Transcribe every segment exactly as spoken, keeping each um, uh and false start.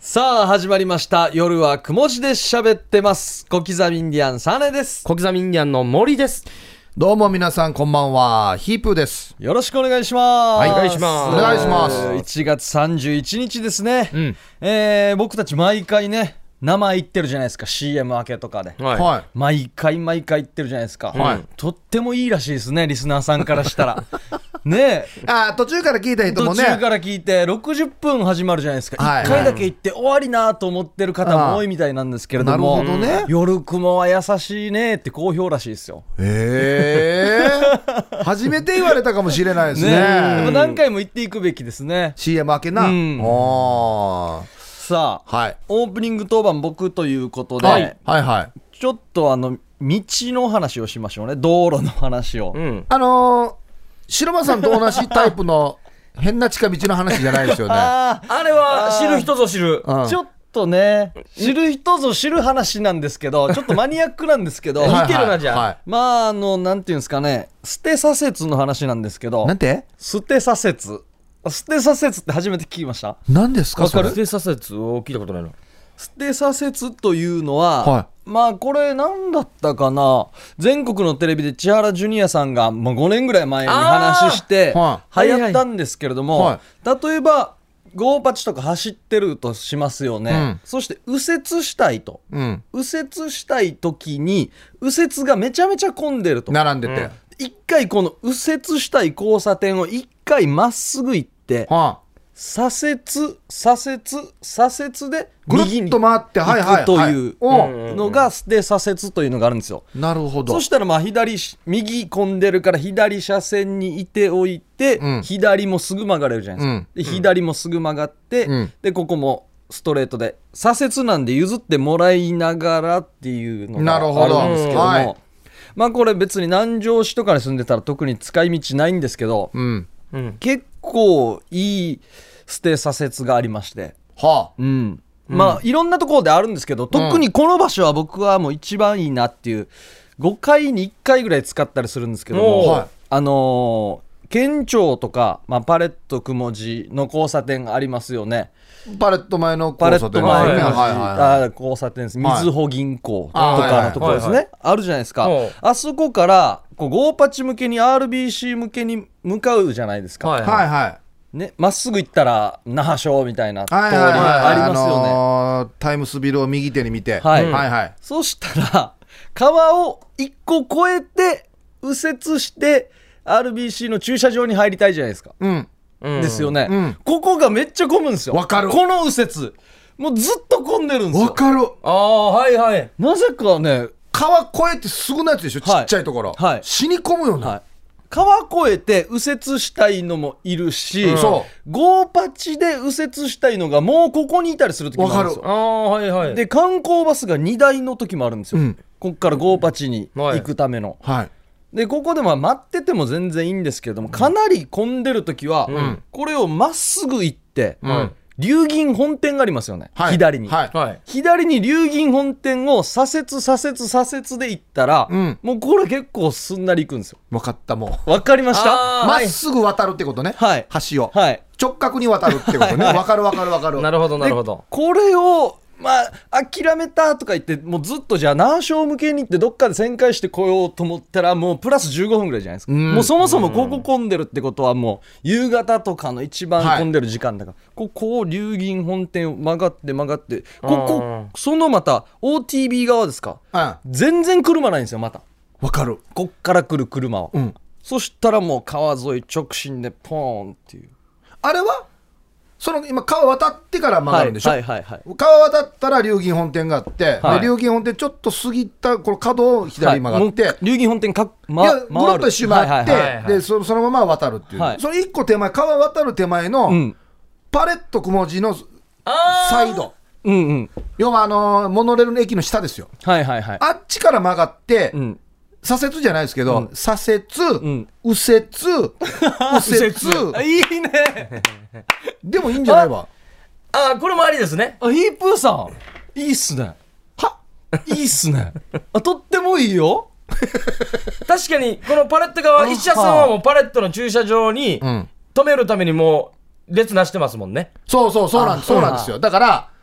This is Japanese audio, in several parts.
さあ始まりました。夜はくも字で喋ってます。小刻みインディアンサネです。 小刻みインディアンの森です。 どうも皆さんこんばんは、ヒープーです。 よろしくお願いします。 はい、 お願いします。 お願いします。 いちがつさんじゅういちにちですね、 うんえー、僕たち毎回ね名前言ってるじゃないですか。 シーエム 明けとかで、 はい、 はい、 毎回毎回言ってるじゃないですか、 はい、 とってもいいらしいですね、リスナーさんからしたらねえ、 あ、途中から聞いた人もね、 途中から聞いてろくじゅっぷん始まるじゃないですか、 はいいっかいだけ言って終わりなと思ってる方も多いみたいなんですけれども、 なるほどね、 夜雲は優しいねって好評らしいですよ。 へー初めて言われたかもしれないですね。 ねでも何回も言っていくべきですね。 シーエム 明けな、 うんおー、 さあ、 はい、 オープニング当番僕ということで、 はいはいはい、 ちょっとあの道の話をしましょうね。道路の話を、 うん、 あのー、白間さんと同じタイプの変な近道の話じゃないですよね。 ああれは知る人ぞ知る。 うん、 ちょっとね知る人ぞ知る話なんですけど、ちょっとマニアックなんですけどはいはい似てるなじゃあ、 はい、 まああのなんていうんですかね、捨て左折の話なんですけど。 なんて捨て左折捨て左折って初めて聞きました。 何ですかそれ。 捨て左折を聞いたことないの。 捨て左折というのは、 はまあこれ何だったかな、全国のテレビで千原ジュニアさんがもうごねんぐらい前に話してあ流行ったんですけれども、 はい例えばゴーパチとか走ってるとしますよね、 うん、 そして右折したいと、 うん、 右折したい時に右折がめちゃめちゃ混んでると、 並んでて、 一回この右折したい交差点を一回まっすぐ行ってはあ、 左折左折左折でぐる右にっと回って、はいはい行くというおのが捨て左折というのがあるんですよ。 なるほど。 そしたらまあ左右混んでるから左車線にいておいて、 うん、 左もすぐ曲がれるじゃないですか、 うん、 で左もすぐ曲がって、 うん、 でここもストレートで左折なんで譲ってもらいながらっていうのがあるんですけども、 なるほど、はい、 まあこれ別に南城市とかに住んでたら特に使い道ないんですけど、 うんうん、 結構いい捨て左折がありまして、 はあ、 うん、まあいろんなところであるんですけど、特にこの場所は僕はもう一番いいなっていう、ごかいにいっかいぐらい使ったりするんですけども、 はい、 あのー、県庁とか、まあ、パレットくもじの交差点がありますよね。 パレット前のパレッ交差点、 ト前の、 はいはいはいはい、 あ交差点です。みずほ銀行とはいかのところですね、 はいはいあるじゃないですか、 はい、 あそこからこうゴーパチ向けに アールビーシー 向けに向かうじゃないですか、 はいはいはい、 ね、まっすぐ行ったら那覇省みたいな通りはいはいはい、 ありますよね、 あのー、タイムスビルを右手に見て、 はいはいはい、 そしたら川をいっこ越えて右折して アールビーシー の駐車場に入りたいじゃないですか、 うんうん、 ですよね、 うん、 ここがめっちゃ混むんですよ。 わかる、 この右折もうずっと混んでるんですよ。 わかる、 ああはいはい、 なぜかね、 川越えてすぐのやつでしょ、ちっちゃいところ、 はい、 死に込むよね、 はい、川越えて右折したいのもいるし、 うん、そうゴーパチで右折したいのがもうここにいたりする時もあるんですよ。 ああはいはい、 で観光バスがにだいの時もあるんですよ、 うん、 こっからゴーパチに行くための、 はい、 でここでまあ待ってても全然いいんですけれども、かなり混んでる時は、 うん、 これをまっすぐ行って、 うん、 龍銀本店がありますよね、 はい、 左に、 はいはい、 左に龍銀本店を左折左折左折で行ったら、 うん、 もうこれ結構すんなり行くんですよ。 分かった、もわかりました。 あまっすぐ渡るってことね、 はい、 橋を、 はい、 直角に渡るってことね、 はい分かる分かる分かる、 なるほどなるほど。 でこれをまあ諦めたとか言って、もうずっとじゃあ那覇省向けに行ってどっかで旋回してこようと思ったら、もうプラスじゅうごふんぐらいじゃないですか、 うん、 もうそもそもここ混んでるってことはもう夕方とかの一番混んでる時間だから、はい、ここを龍銀本店を曲がって曲がってここそのまた オーティービー 側ですか、 うん、 全然車ないんですよ。また分かる、 こっから来る車は、 うん、 そしたらもう川沿い直進でポーンっていう、 あれはその今川渡ってから曲がるんでしょ、 はいはいはいはい、 川渡ったら龍銀本店があって、 はい、 で龍銀本店ちょっと過ぎたこの角を左に曲がって、 はい、龍銀本店か、 ま、いやぐるっと一周回って、はいはいはい、で そ, そのまま渡るっていう、はい、その一個手前、川渡る手前の、うん、パレットくもじのサイド、 うんうん、 要はあのー、モノレールの駅の下ですよ、 はいはいはい、 あっちから曲がって、うん、左折じゃないですけど、うん、左折、うん、右折右折いいねでもいいんじゃないわ。 ああこれもありですね。 あ、ヒープーさんいいっすね。はいいっすね。あ、とってもいいよ確かにこのパレット側いっ車線はもうパレットの駐車場に止めるためにもう列なしてますもんね。 そうそうそうなんです、そうなんですよ。だから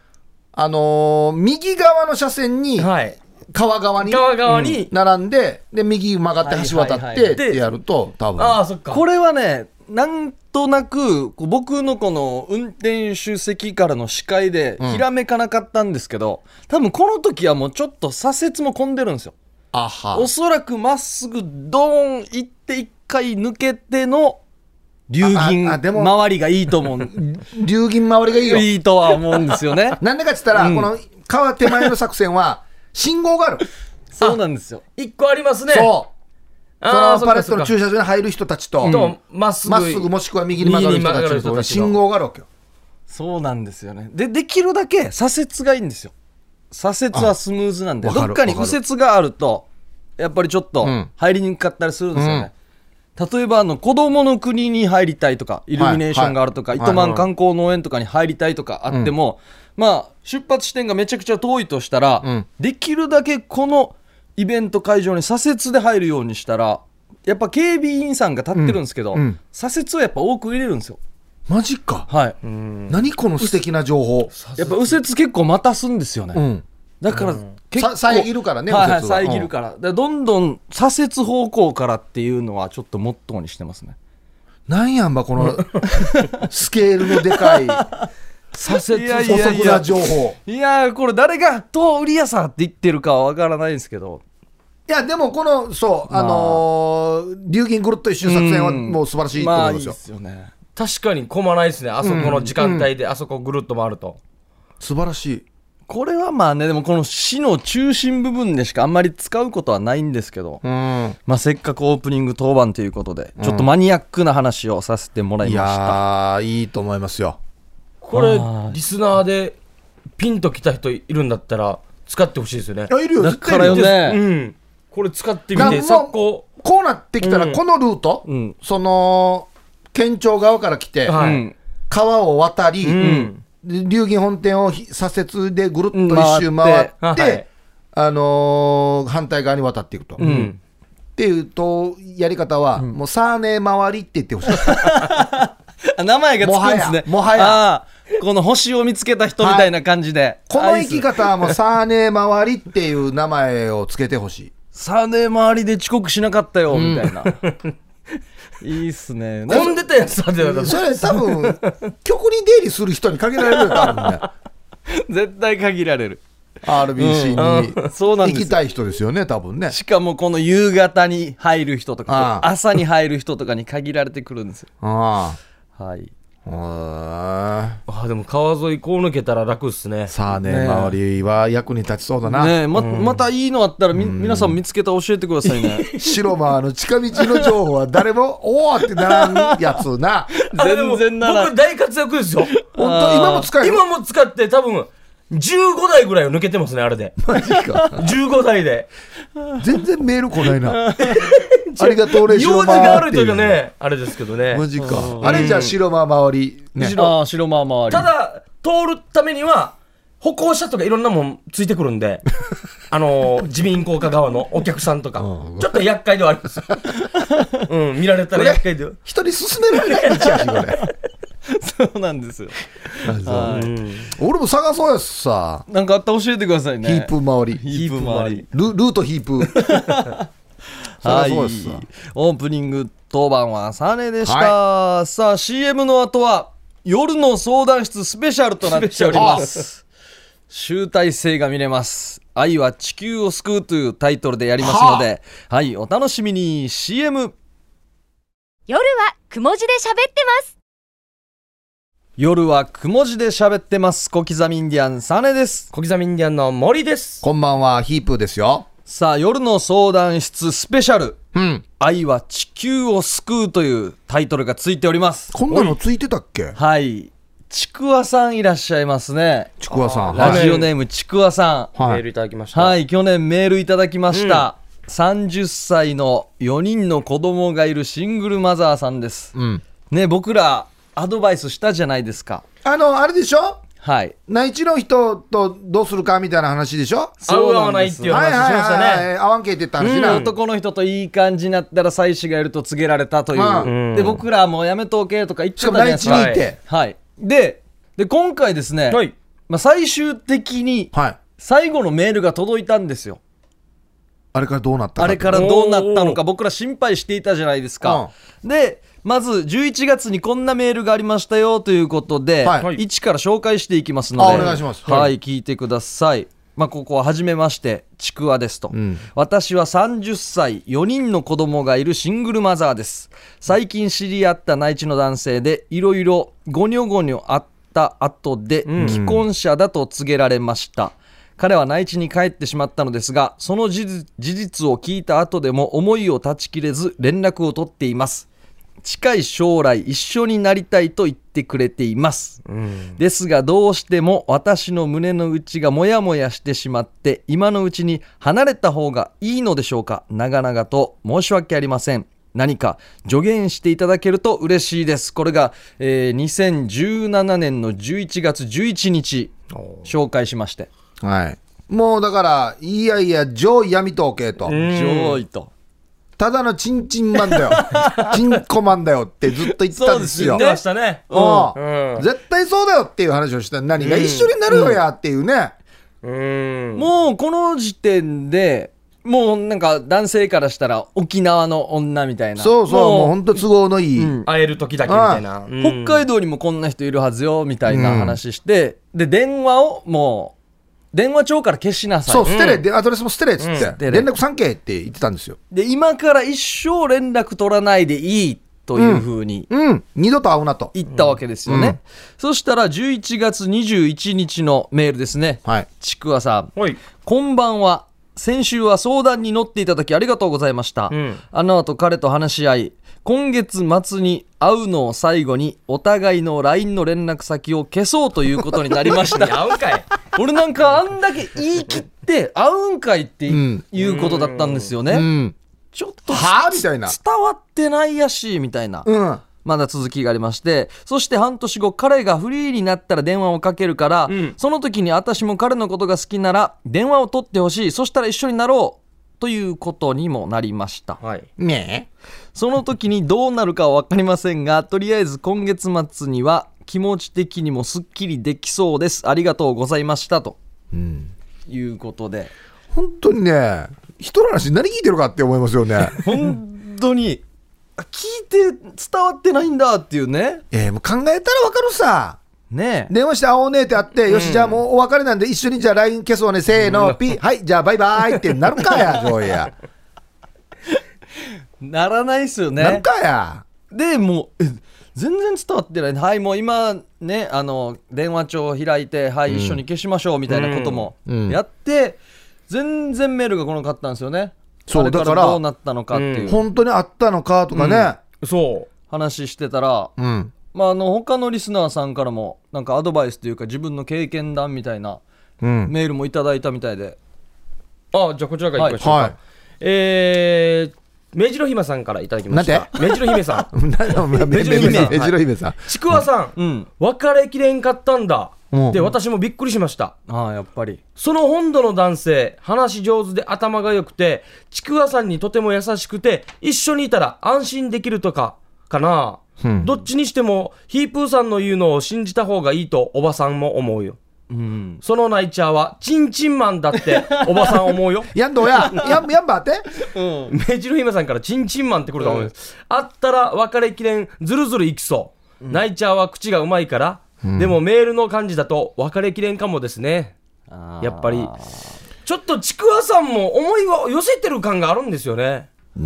あのー、右側の車線に、 はい、 川側に川側に並んで、で右曲がって橋渡ってってやると多分ああそっかこれはねなんとなくこう僕のこの運転手席からの視界でひらめかなかったんですけど、うん、多分この時はもうちょっと左折も混んでるんですよ。 あはおそらくまっすぐドーン行って一回抜けての流銀周りがいいと思う流銀周りがいいよいいとは思うんですよねなんでかって言ったら、うん、この川手前の作戦は信号があるそうなんですよ一個ありますね。 そうそのパレットの駐車場に入る人たちとま、 うん、 っすぐもしくは右に曲がる人たちのところに信号があるわけよ。 そうなんですよね。でできるだけ左折がいいんですよ。左折はスムーズなんでどっかに右折があるとやっぱりちょっと入りにくかったりするんですよね、うん、例えばあの子どもの国に入りたいとかイルミネーションがあるとか、はいはい、糸満観光農園とかに入りたいとかあっても、はいはい、まあ出発地点がめちゃくちゃ遠いとしたら、うん、できるだけこのイベント会場に左折で入るようにしたらやっぱ警備員さんが立ってるんですけど、うんうん、左折はやっぱ多く入れるんですよ。 マジか。 はい。 何この素敵な情報。 やっぱ右折結構待たすんですよね、うん、だから結構遮るからね、 はいはい、遮るから、うん、でどんどん左折方向からっていうのはちょっとモットーにしてますね。 なんやんばこのスケールのでかい左折補足な情報。 いやいやこれ誰がどう売りやさって言ってるかはわからないんですけど、 いやでもこのそう、まあ、あのー、流銀ぐるっと一周作戦はもう素晴らしいと思いますよ、まあ、いいですよね。確かに混まないですね。あそこの時間帯であそこぐるっと回ると、 素晴らしい。 これはまあねでもこの市の中心部分でしかあんまり使うことはないんですけど、うんまあ、せっかくオープニング当番ということでちょっとマニアックな話をさせてもらいました、うん、いやいいと思いますよ。 これリスナーでピンときた人いるんだったら使ってほしいですよね。 いるよだからよね、 うん、これ使ってみて昨今こうなってきたらこのルート、うん、その県庁側から来て、はい、川を渡り、うん流銀本店を左折でぐるっと一周回って、うん、はい、あのー、反対側に渡っていくと、うん、っていうとやり方は、うん、もうサーネー回りって言ってほしい名前がつくんですね。 もはやもはやこの星を見つけた人みたいな感じで、はい、 この生き方はもうサーネー回りっていう名前をつけてほしい。 サーネー回りで遅刻しなかったよ、うん、みたいないいっすね。 混んでたやつだってそれ多分曲に出入りする人に限られるよ多分ね絶対限られるアールビーシー に、 そうなんですよ。 行きたい人ですよね多分ね。 しかもこの夕方に入る人とか朝に入る人とかに限られてくるんですよ。ああはいああでも川沿いこう抜けたら楽っすね。 さあね、ね周りは役に立ちそうだな、 ね ま, またいいのあったらみ、うん、皆さん見つけたら教えてくださいね。 白間の近道の情報は誰もおーってならんやつな全然ならん。僕大活躍ですよ本当。今も使える。 今も使って多分じゅうごだいぐらいを抜けてますねあれで。 マジかじゅうごだいで全然メール来ないなありがとうね用事があるというかねあれですけどね。 マジか。あれじゃあ白間周り、 ね、あ白間周り。 ただ通るためには歩行者とかいろんなもんついてくるんであのー、自民公家側のお客さんとかちょっと厄介ではありますうん見られたら厄介では人に勧められないんちゃうしこれそうなんですよ。 はい、俺も探そうやしさ。 なんかあったら教えてくださいね。 ヒープ周りヒープ周りル, ルートヒープはい、オープニング当番はサネでした、はい、さあ シーエム の後は夜の相談室スペシャルとなっております。集大成が見れます。愛は地球を救うというタイトルでやりますので、は、はい、お楽しみに。 シーエム。 夜はくも字で喋ってます。 夜はくも字で喋ってます。小刻みインディアンサネです。 小刻みインディアンの森です。 こんばんはヒープですよ。 さあ夜の相談室スペシャル、 うん、 愛は地球を救うというタイトルがついております。 こんなのついてたっけ。 はい、ちくわさんいらっしゃいますね。 ちくわさん、 ラジオネームちくわさん、はい、メールいただきました。 はい、去年メールいただきました、うん、さんじゅっさいのよにんの子供がいるシングルマザーさんです、うん、ね、僕らアドバイスしたじゃないですか。 あのあれでしょ、 はい、 内地の人とどうするかみたいな話でしょ。 合う合わないっていう話しましたね、はいはいはい、 合わんけって言った話な、 うん、男の人といい感じになったら妻子がいると告げられたという、うん、で僕らもうやめとけとか言ってたじゃないですか。 しかも内地にいて、 はいはい、で, で今回ですね、はい、 まあ、最終的に最後のメールが届いたんですよ。 あれからどうなったか、 あれからどうなったのか僕ら心配していたじゃないですか、うん、でまずじゅういちがつにこんなメールがありましたよということで、はい、いちから紹介していきますので、 あ、お願いします。 はい、はい、聞いてください。まあ、ここは初めましてちくわですと、うん、私はさんじゅっさいよにんの子供がいるシングルマザーです。最近知り合った内地の男性でいろいろゴニョゴニョあった後で既婚者だと告げられました、うん。彼は内地に帰ってしまったのですが、その事実を聞いた後でも思いを断ち切れず連絡を取っています。近い将来一緒になりたいと言ってくれています、うん、ですがどうしても私の胸の内がモヤモヤしてしまって今のうちに離れた方がいいのでしょうか。長々と申し訳ありません。何か助言していただけると嬉しいです。これが、えー、にせんじゅうななねんのじゅういちがつじゅういちにち紹介しまして、 はい、もうだからいやいや上位闇統計と上位とただのチンチンマンだよチンコマンだよってずっと言ってたんですよ。 言ってましたね、 うんうん、絶対そうだよっていう話をして何が一緒になるよやっていうね、 うんうん、もうこの時点でもうなんか男性からしたら沖縄の女みたいな、 そうそう、もうほんと都合のいい、うん、 会える時だけみたいな、 うん、北海道にもこんな人いるはずよみたいな話して、うん、で電話をもう電話帳から消しなさい、 そう、捨てれ、うん、アドレスも捨てれっつって、うん、連絡さんけいって言ってたんですよ。 で今から一生連絡取らないでいいというふうに、 うんうん、二度と会うなと言ったわけですよね、うん、そしたらじゅういちがつにじゅういちにちのメールですね、はい、ちくわさん、はい、こんばんは。先週は相談に乗っていただきありがとうございました、うん、あの後彼と話し合い今月末に会うのを最後にお互いの ライン の連絡先を消そうということになりました会うんかい。 俺なんかあんだけ言い切って会うんかいっていうことだったんですよね、うん、ちょっとはみたいな伝わってないやしみたいな、うん、まだ続きがありまして、そして半年後彼がフリーになったら電話をかけるから、うん、その時に私も彼のことが好きなら電話を取ってほしい、そしたら一緒になろうということにもなりました、はい、ねえ、その時にどうなるかは分かりませんがとりあえず今月末には気持ち的にもすっきりできそうです。ありがとうございましたと、うん、いうことで本当にね人の話何聞いてるかって思いますよね本当に聞いて伝わってないんだっていうね、 えー、もう考えたら分かるさね、 電話して会おうねってあって、うん、よしじゃあもうお別れなんで一緒にじゃあ ライン 消そうねせーの、うん、ピッはいじゃあバイバイってなるかや上位やならないっすよね。 なるかやでもう全然伝わってない。はいもう今ねあの電話帳を開いてはい、うん、一緒に消しましょうみたいなこともやって、うん、全然メールが来なかったんですよね。 そうだからどうなったのかっていう、 うん、本当にあったのかとかね、 うん、そう話してたら、うんまあ、あの他のリスナーさんからもなんかアドバイスというか自分の経験談みたいなメールもいただいたみたいで、 うん、あじゃあこちらからいきましょうか、はい、えー目白姫さんからいただきました。目白姫さん目白姫さん目白姫さんちくわさん、うん、別れきれんかったんだ、うん、で私もびっくりしました。 ああやっぱりその本土の男性話上手で頭が良くてちくわさんにとても優しくて一緒にいたら安心できるとかかな、うん、どっちにしてもヒープーさんの言うのを信じた方がいいとおばさんも思うよ、うん、そのナイチャーはチンチンマンだっておばさん思うよやんどややんやんばって、 うん、目白姫さんからチンチンマンってくると思います、うん、あったら別れきれんずるずるいきそう、うん、ナイチャーは口がうまいから、うん、でもメールの感じだと別れきれんかもですね。やっぱりちょっとちくわさんも思いを寄せてる感があるんですよね、うんうん、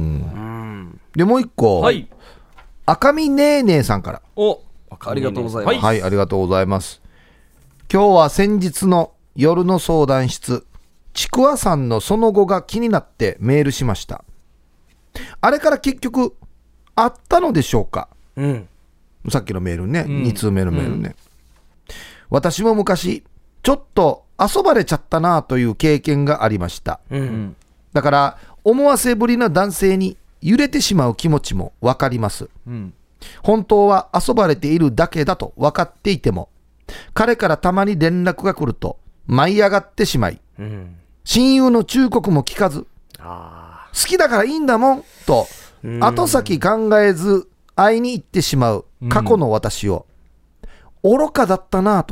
でもう一個、はい、赤身ねーねーさんからおありがとうございます、 はい、はい、ありがとうございます。今日は先日の夜の相談室ちくわさんのその後が気になってメールしました。あれから結局あったのでしょうか、うん、さっきのメールね、うん、に通目のメールね、うん、私も昔ちょっと遊ばれちゃったなという経験がありました、うん、だから思わせぶりな男性に揺れてしまう気持ちもわかります、うん、本当は遊ばれているだけだと分かっていても彼からたまに連絡が来ると舞い上がってしまい、うん、親友の忠告も聞かずあ好きだからいいんだもんと後先考えず会いに行ってしまう過去の私を、うん、愚かだったなぁと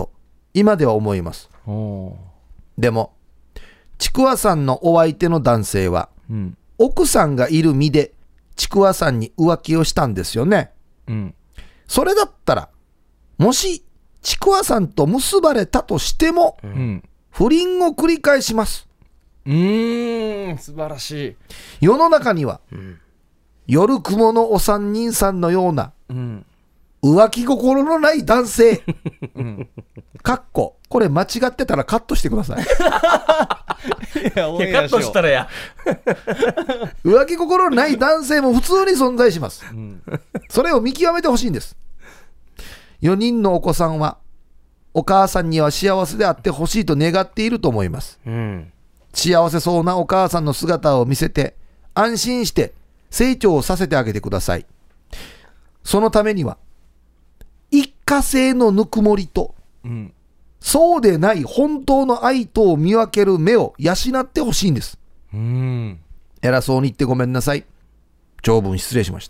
今では思います。でもちくわさんのお相手の男性は、うん、奥さんがいる身でちくわさんに浮気をしたんですよね、うん、それだったらもしちくわさんと結ばれたとしても、うん、不倫を繰り返します。 うーん、素晴らしい。 世の中には、うん、夜雲のお三人さんのような、うん、浮気心のない男性、うん、かっここれ間違ってたらカットしてください。 いや、カットしたらや浮気心のない男性も普通に存在します、うん、それを見極めてほしいんです。よにんのお子さんはお母さんには幸せであってほしいと願っていると思います、うん、幸せそうなお母さんの姿を見せて安心して成長させてあげてください。そのためには一過性のぬくもりと、うん、そうでない本当の愛とを見分ける目を養ってほしいんです。うん、偉そうに言ってごめんなさい。長文失礼しました。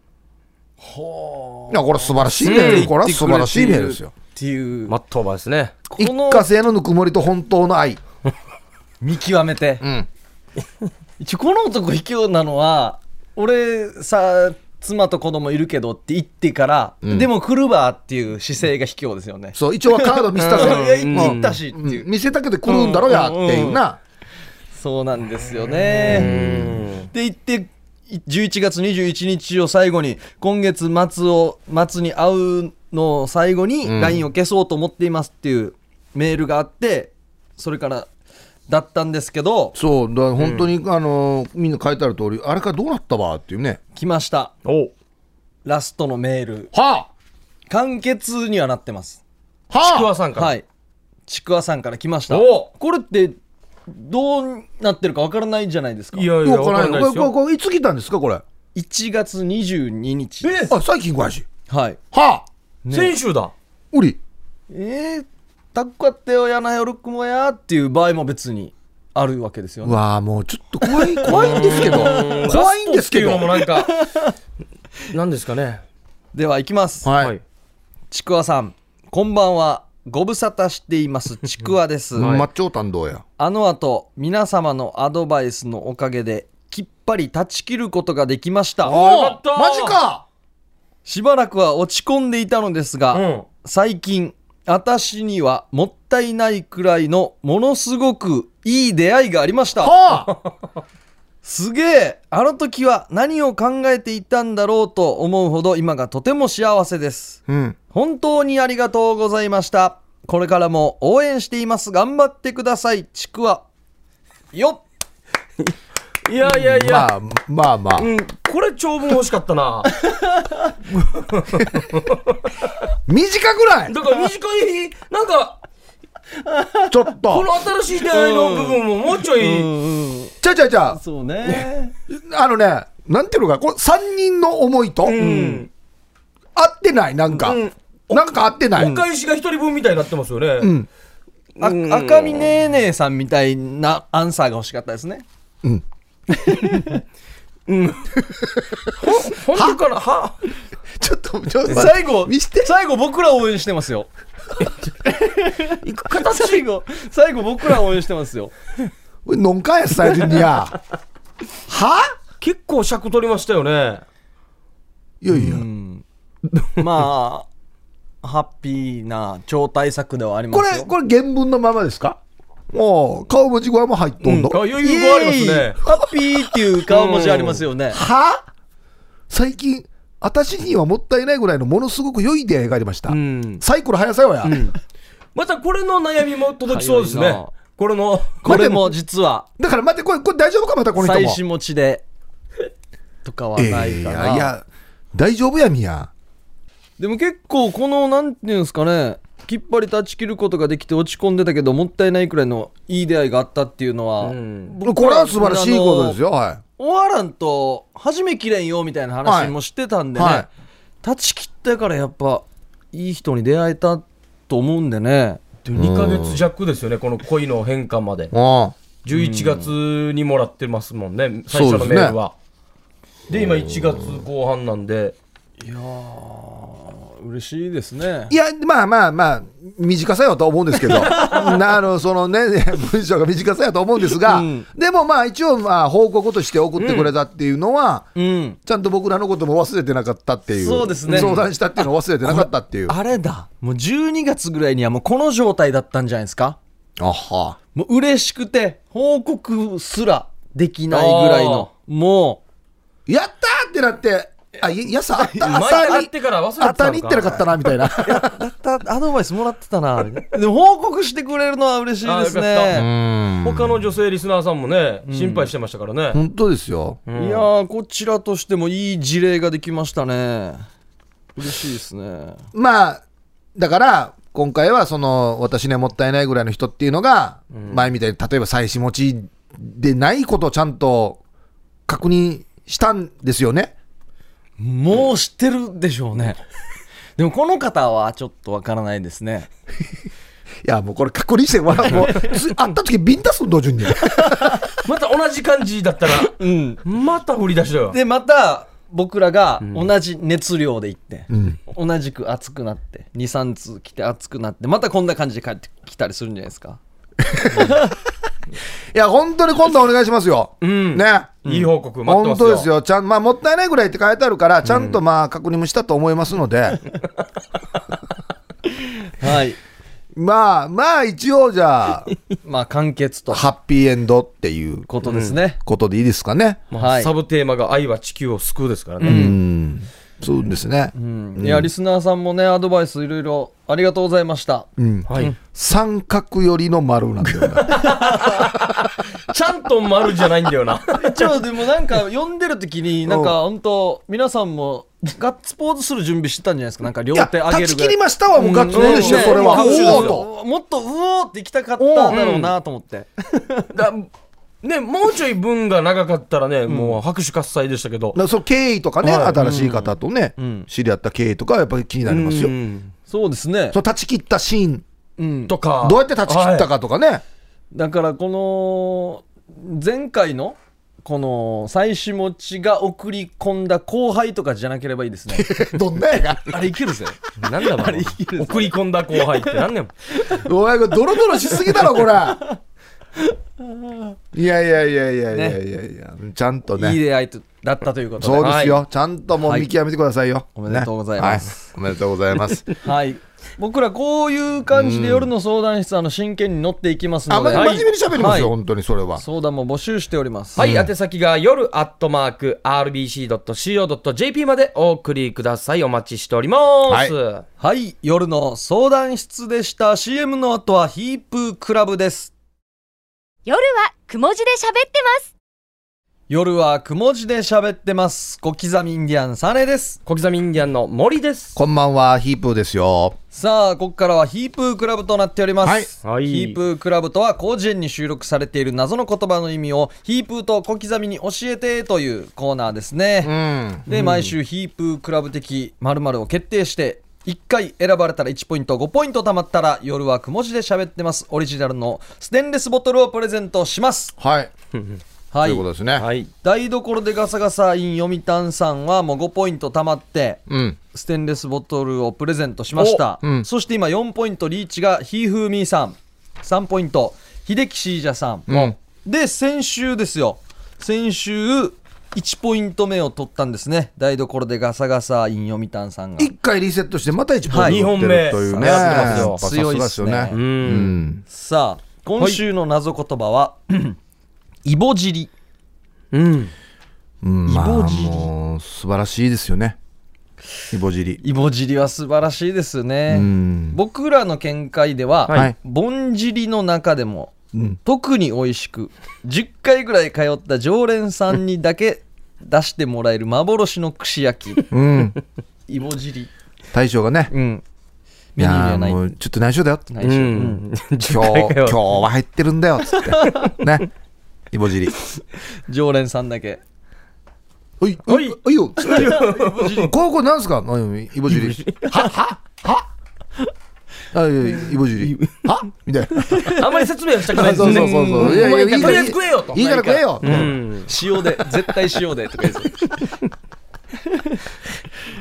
ほー、いやこれ素晴らしいメール、これは素晴らしいメールですよっていうまっとうばですね。 一過性のぬくもりと本当の愛見極めて、うん、一応この男卑怯なのは俺さ妻と子供いるけどって言ってから、うん、でも来るわっていう姿勢が卑怯ですよね。 そう、一応はカード見せたぜ、うん、言ったしっていう、 うん、見せたけど来るんだろうやっていうな、うんうん、 そうなんですよね。で言ってじゅういちがつにじゅういちにちを最後に今月末を末に会うのを最後に ライン を消そうと思っていますっていうメールがあって、それからだったんですけど、 そうだから本当に、うん、あのみんな書いてある通りあれからどうなったわっていうね。 来ました。おラストのメール、 はあ、 完結にはなってます。 はあ、ちくわさんから、 はい、ちくわさんから来ました。おこれってどうなってるかわからないじゃないですか。 いやいや、わからないですよ。 これいつ来たんですかこれ。 いちがつにじゅうににちです。 あ、最近詳しい。 はい。 はあ、 ね、先週だ。 うりえー、たっかってよやな夜雲やっていう場合も別にあるわけですよね。 うわあ、もうちょっと怖い怖いんですけど怖いんですけどもなんかなんですかね。 では行きます。 はい。 ちくわさん、こんばんは。ご無沙汰していますちくわです。 マッチョ担当や。 あの後皆様のアドバイスのおかげできっぱり断ち切ることができました。 おお、マジか。 しばらくは落ち込んでいたのですが、うん、最近私にはもったいないくらいのものすごくいい出会いがありました。はあ、すげえ、あの時は何を考えていたんだろうと思うほど今がとても幸せです、うん、本当にありがとうございました。これからも応援しています。頑張ってください。ちくわよっ。 いやいやいや、 まあまあまあ、うん、 これ長文欲しかったな短くないだから短い、なんかちょっとこの新しい出会いの部分ももうちょい、 ちゃちゃちゃ、 そうねあのね、なんていうのか、これさんにんの思いと、うん、合ってない、なんか、うん、なんか合ってない。 お返しが一人分みたいになってますよね、うん、 あ、赤身ねーねーさんみたいなアンサーが欲しかったですね。うんうん、ほんとかな。はちょっとちょっと最後最後僕ら応援してますよ最後最後僕ら応援してますよ。 のんかやスタイルにやは結構尺取りましたよね。 いやいや、うんまあハッピーな超大作ではありますよ。 これこれ原文のままですか。もう顔文字語も入っとんの、うん、 余裕がありますね。 ハッピーっていう顔文字ありますよね。 は最近私にはもったいないぐらいのものすごく良い出会いがありました、うん、サイクル早さよや、うん、 またこれの悩みも届きそうですね。これのこれも実はだから待って、これこれ大丈夫か。またこの人も妻子持ちでとかはないかな、えー、いやいや大丈夫やみや。 でも結構このなんていうんですかね、きっぱり断ち切ることができて落ち込んでたけどもったいないくらいのいい出会いがあったっていうのは、うん、 これは素晴らしいことですよ。はい、 終わらんと初めきれんよみたいな話もしてたんでね、はいはい、断ち切ったからやっぱいい人に出会えたと思うんでね。 にかげつ弱ですよね、この恋の変化まで。じゅういちがつにもらってますもんね、最初のメールは。 で, で今いちがつこう半なんで、 いや嬉しいですね。 いやまあまあまあ短さよと思うんですけどあのそのね文章が短さやと思うんですが、うん、でもまあ一応まあ報告として送ってくれたっていうのは、うん、ちゃんと僕らのことも忘れてなかったっていう、 そうですね、 相談したっていうのを忘れてなかったっていう。 あれだ、もうじゅうにがつぐらいにはもうこの状態だったんじゃないですか。 あは、 もう嬉しくて報告すらできないぐらいの、もうやったーってなって、あ、やさ、あった、 朝に朝に行ってなかったなみたいなだったアドバイスもらってたなでも報告してくれるのは嬉しいですね。 他の女性リスナーさんもね、心配してましたからね。 本当ですよ、 うん、いやー、こちらとしてもいい事例ができましたね。嬉しいですね。 まあだから今回はその私にはもったいないぐらいの人っていうのが、うん、前みたいに例えば妻子持ちでないことをちゃんと確認したんですよね。 もう知ってるでしょうねでもこの方はちょっとわからないですねいやもうこれ確認してもらうもう会った時ビンタすんの順にまた同じ感じだったら、うん、また振り出しだよ。 でまた僕らが同じ熱量で行って、うん、同じく熱くなってにさん通来て熱くなってまたこんな感じで帰ってきたりするんじゃないですかいや本当に今度お願いしますよ、うん、ね、 いい報告待ってますよ。 本当ですよ。ちゃん、まあ、もったいないぐらいって書いてあるからちゃんとまあ確認もしたと思いますので、 はい、 まあまあ一応じゃあまあ完結とハッピーエンドっていうことですね、 うん、ことでいいですかね、 まあはい、サブテーマが愛は地球を救うですからね、 うん、そうですね、 うんうん、いやリスナーさんもねアドバイスいろいろありがとうございました、 うんはい、三角寄りの丸なんだよなちゃんと丸じゃないんだよなちょでもなんか読んでる時になんか本当皆さんもガッツポーズする準備してたんじゃないですか。なんか両手上げるぐらい。 立ち切りましたわもうガッツポーズでしょ、うん、それは、 ね、うおーともっとうおーって行きたかったんだろうなと思って、 うん、だね、もうちょい文が長かったらね、うん、もう拍手喝采でしたけど、 その経緯とかね、はい、新しい方とね、うん、知り合った経緯とかはやっぱり気になりますよ、うん、 そうですね。 その立ち切ったシーン、 うん、とかどうやって立ち切ったかとかね、はい、 だからこの前回のこの妻子持ちが送り込んだ後輩とかじゃなければいいですねどんなやがあれいけるぜなんだろう送り込んだ後輩って何年もお前ドロドロしすぎだろこれいやいやいやいやいやいやいや、ね、ちゃんとねいい出会いだったということで、 そうですよ、はい、ちゃんともう見極めてくださいよ、はい、 おめでとうございます、 ねはい、おめでとうございますはい僕らこういう感じで夜の相談室あの真剣に乗っていきますので、 あ、真面目に喋りますよ、はい、本当にそれは相談も募集しております。 はい、うん、宛先が夜アットマーク アールビーシードットシーオードットジェーピー までお送りください。お待ちしております。 はい、はい、夜の相談室でした。 シーエム の後はヒープークラブです。 夜はくも字で喋ってます。 夜はくも字で喋ってます。小刻みインディアンサネです。 小刻みインディアンの森です。 こんばんは、ヒープーですよ。 さあここからはヒープークラブとなっております、 はい、 ヒープークラブとは広辞苑に収録されている謎の言葉の意味をヒープーと小刻みに教えてというコーナーですね、うん、で、うん、毎週ヒープークラブ的〇〇を決定していっかい選ばれたらいちポイント、ごポイント貯まったら夜はくも字で喋ってますオリジナルのステンレスボトルをプレゼントします。 はいはい、 ということですね、 はい、台所でガサガサイン読谷さんはもうごポイント貯まって、うん、ステンレスボトルをプレゼントしました、うん、そして今よんポイントリーチがひーふーみーさん、さんポイント秀樹シージャさん、うん、で先週ですよ、先週いちポイント目を取ったんですね。台所でガサガサイン読谷さんがいっかいリセットしてまたいちポイント取ってるというね、 はい、強いですね、うんうん、さあ今週の謎言葉は、はいイボ尻、 うんうん、まあもう素晴らしいですよね。イボ尻イボ尻は素晴らしいですね、うん、僕らの見解では、はい、ぼん尻の中でも、うん、特に美味しくじゅっかいぐらい通った常連さんにだけ出してもらえる幻の串焼き、うん、イボ尻大将がね、うん、いやもうちょっと内緒だよ、内緒、うん、今日今日は入ってるんだよっつってねイボ尻常連さんだけおいおいおいよここなんすかイボ尻はははあいやイボ尻はみたいなあんまり説明はしたくないですね。そうそうそうそういやいやいいから食えよといいから食えよ塩で絶対塩でとか言う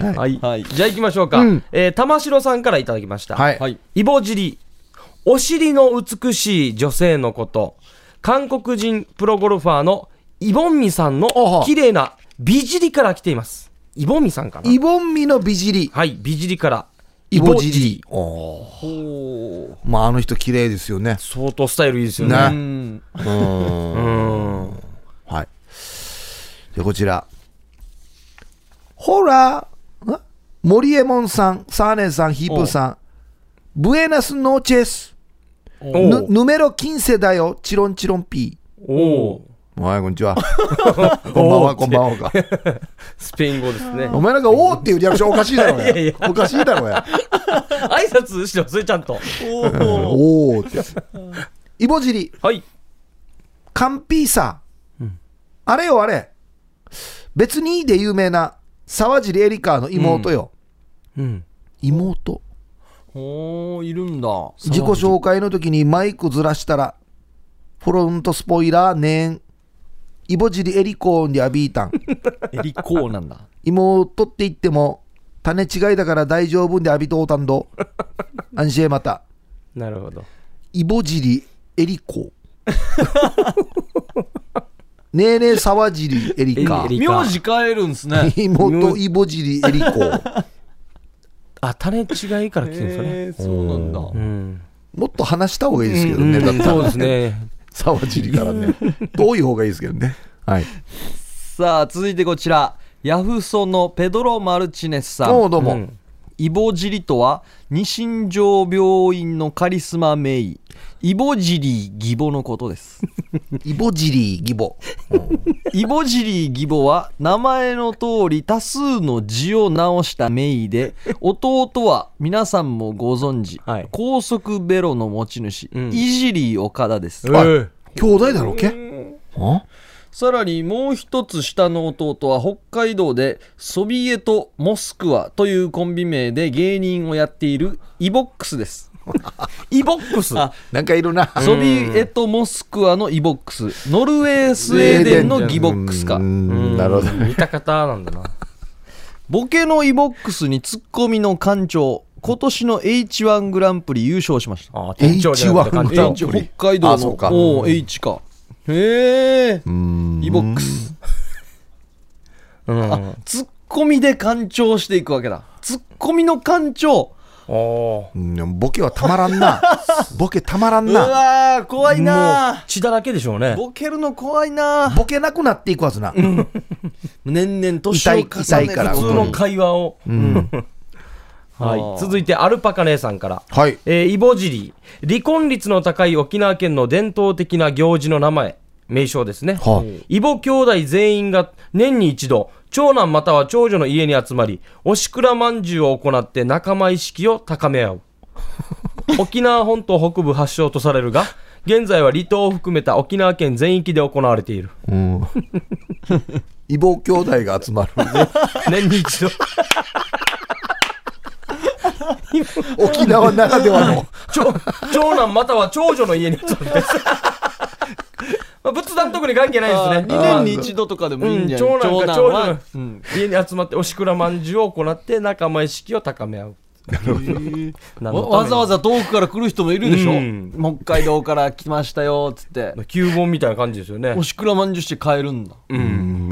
はい、 はいじゃあ行きましょうか、 うんえー、玉城さんからいただきました。 はい、 はいイボ尻、お尻の美しい女性のこと。韓国人プロゴルファーのイボンミさんのおは綺麗な美尻から来ています。イボンミさんかな。 イボンミの美尻、 はい、美尻からイボ尻。 おおまああの人綺麗ですよね。 相当スタイルいいですよね。 ねうんうーんうんはい。でこちら。ほら、ん森エモンさん、サーネンさん、ヒープーさん、ブエナスノーチェス、 おぬーヌメロキンセだよ、チロンチロンピおーー。はい、こんにちは。こんばんは、こんばんはか。 スペイン語ですね。 お前なんか、おーっていうリアクションおかしいだろういやいやや。おかしいだろうや。 挨拶してますね、ちゃんと。 おーって。イボ尻、 はい。 カンピーサー。あれよ、あれ。別にで有名な沢尻エリカの妹よ。 うん。 妹。 おーいるんだ。 自己紹介の時にマイクずらしたら、フロントスポイラーねん。イボ尻エリコーンでアビータン。 エリコーなんだ。 妹って言っても、種違いだから大丈夫んでアビトータンド。安心また。 なるほど。 イボ尻エリコー。ねえねえ沢尻エリカエリ。カ名字変えるんすね。 妹イボ尻エリコー。 あ、種違いから来てるんですよね。 えー、そうなんだ。 うん。 もっと話した方がいいですけどね。だったらそうですね。 沢尻からね。遠い方がいいですけどね。はい。 さあ続いてこちら、ヤフソのペドロ・マルチネスさん。 どうもどうも。 うんイボ尻とは二心城病院のカリスマ名医イボ尻義母のことです。 イボ尻義母。 イボ尻義母は名前の通り多数の字を直した名医で、弟は皆さんもご存知、 はい高速ベロの持ち主、 うんイジリー岡田です。 えー兄弟だろうけ。あさらにもう一つ下の弟は北海道でソビエト・モスクワというコンビ名で芸人をやっているイボックスです。 イボックス。 あなんかいるな。 ソビエト・モスクワのイボックス、ノルウェー・スウェーデンのギボックスか。 うーんなるほど。 見た方なんだな。 ボケのイボックスにツッコミの艦長、今年の エイチワン グランプリ優勝しました。 あ、店長じゃなくて感じエイチワン H 北海道のあそうかおー H か。へえ。 うーんイボックス。 うん。 あ、ツッコミで艦長していくわけだ。ツッコミの艦長。 おうんボケはたまらんな。ボケたまらんうな。 わー怖いもうな血だらけでしょうね。 ボケるの怖いなボケなくなっていくはずな。 年々年を重ねて痛い痛いから普通の会話を。 うんはいあー。 続いてアルパカ姉さんから。 はい。 えーイボ尻、離婚率の高い沖縄県の伝統的な行事の名前、名称ですね。 はイボ兄弟全員が年に一度、長男または長女の家に集まり、おしくらまんじゅうを行って仲間意識を高め合う。沖縄本島北部発祥とされるが、現在は離島を含めた沖縄県全域で行われている。 うん。異母兄弟が集まる。 年に一度。 沖縄ならではの。 長長男または長女の家に集まるんです。まあ、仏壇特に関係ないですね。 にねんに一度とかでもいいんじゃない、 うん長男か長男は長女うん家に集まっておしくらまんじゅうを行って仲間意識を高め合う。何のためにわわざわざ遠くから来る人もいるでしょ、 うん北海道から来ましたよっつって旧本みたいな感じですよね。 おしくらまんじゅうして帰るんだ。 うん。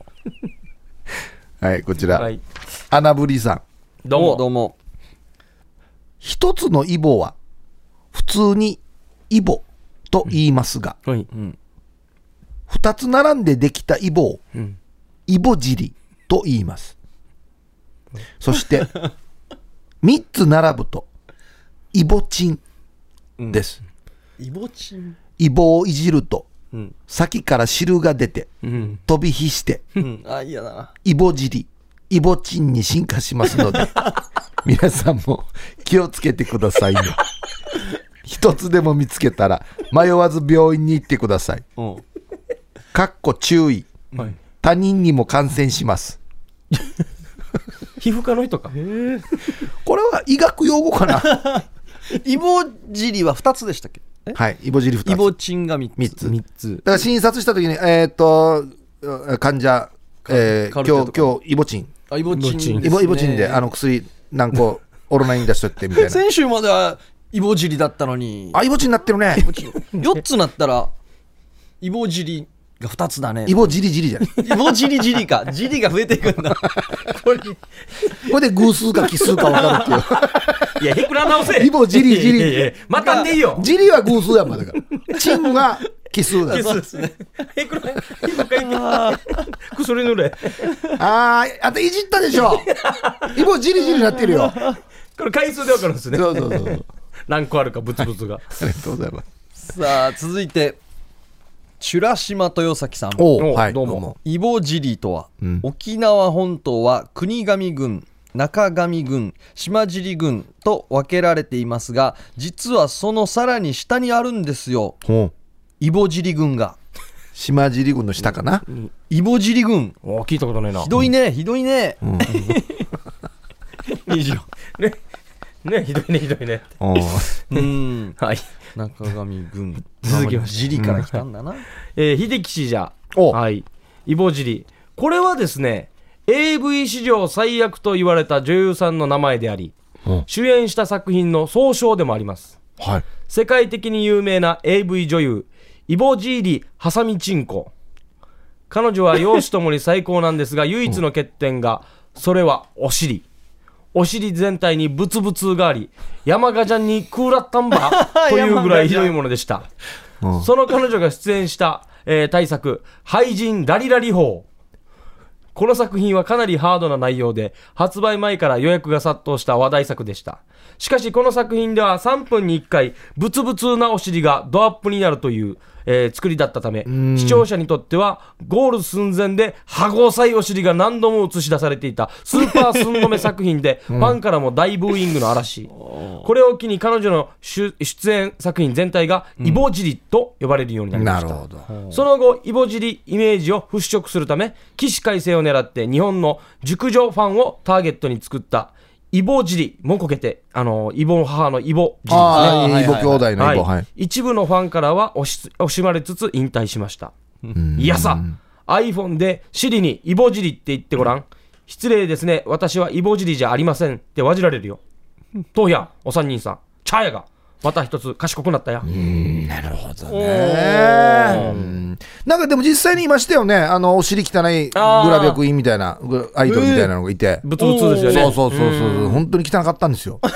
はい、こちら。 はい。 穴ぶりさん。 どうも。 おどうも。 一つのイボは普通にイボと言いますが、 はい。 二つ並んでできたイボをうん。 イボ尻と言います。そして三つ並ぶとイボチンです。 イボチン。 イボをいじるとうん。 先から汁が出てうん。 飛び火してうん。あ、嫌だな。 イボ尻イボチンに進化しますので皆さんも気をつけてくださいね。一つでも見つけたら迷わず病院に行ってください。 うん。 かっこ注意、 はい。 他人にも感染します。 皮膚科の人か。 これは医学用語かな。 イボ尻はふたつでしたっけ？えはい、イボ尻ふたつ。 イボチンがみっつ。 みっつ。 三つ。 だから診察した時にえーっと患者、えーカルテとか今日今日イボチンあイボチンですね、 イボイボチンであの薬何個オロナイン出しとってみたいな先週まではイボ尻だったのにあイボチンになってるねよっつなったらイボ尻がふたつだね。 イボジリジリじゃないイボジリジリかジリが増えていくんだこれこれで偶数か奇数か分かるっていういや、へくら直せ。 イボジリジリいやいやいやまたんでいいよ。 ジリは偶数やんまだからチンは奇数だそうですね。へくら、今かいて。薬塗れ。 あーあといじったでしょイボジリジリになってるよこれ回数で分かるんですね。 そうそうそうそう何個あるかブツブツが。 ありがとうございますさあ続いてチュラ島豊崎さん。 おおはいどうもどうもイボジリとは、 うん、 沖縄本島は国頭郡中上郡島尻郡と分けられていますが実はそのさらに下にあるんですよほうイボ尻郡が。 島尻郡の下かな、 イボ尻郡お聞いたことないな。 ひどいねひどいね、 うん、 以上ねねひどいねひどいね。 おうんはい。 中上郡続きまして尻から来たんだな、 えー、秀樹氏じゃ。 おはい。イボ尻。これはですね、エーブイ 史上最悪と言われた女優さんの名前であり、 うん主演した作品の総称でもあります。 はい世界的に有名な エーブイ 女優、イボジーリ・ハサミチンコ。彼女は容姿ともに最高なんですが、唯一の欠点が、それはお尻。お尻全体にブツブツがあり、山ガジャンにクーラッタンバーというぐらいひどいものでした。 うんその彼女が出演した、えー大作、廃人ラリラリ法。この作品はかなりハードな内容で、発売前から予約が殺到した話題作でした。しかしこの作品ではさんぷんにいっかい、ブツブツなお尻がドアップになるという、えー作りだったため、視聴者にとってはゴール寸前で歯ごさいお尻が何度も映し出されていたスーパー寸止め作品で、ファンからも大ブーイングの嵐。これを機に彼女の出出演作品全体がイボ尻と呼ばれるようになりました。 なるほどその後、イボ尻イメージを払拭するため、起死回生を狙って日本の熟女ファンをターゲットに作ったイボ尻もこけて、あのイボの母のイボ尻ですね。 ああイボ兄弟のイボはいはい一部のファンからは惜し惜しまれつつ引退しました。いやさ、iPhone でシリにイボ尻って言ってごらん。失礼ですね、私はイボ尻じゃありませんってわじられるよ。とや、お三人さん、チャーヤがまた一つ賢くなったや。 なるほどねうんなんかでも実際にいましたよねあのお尻汚いグラビアクイーンみたいなグアイドルみたいなのがいて、 ブツブツですよね。 そうそうそうそう本当に汚かったんですよ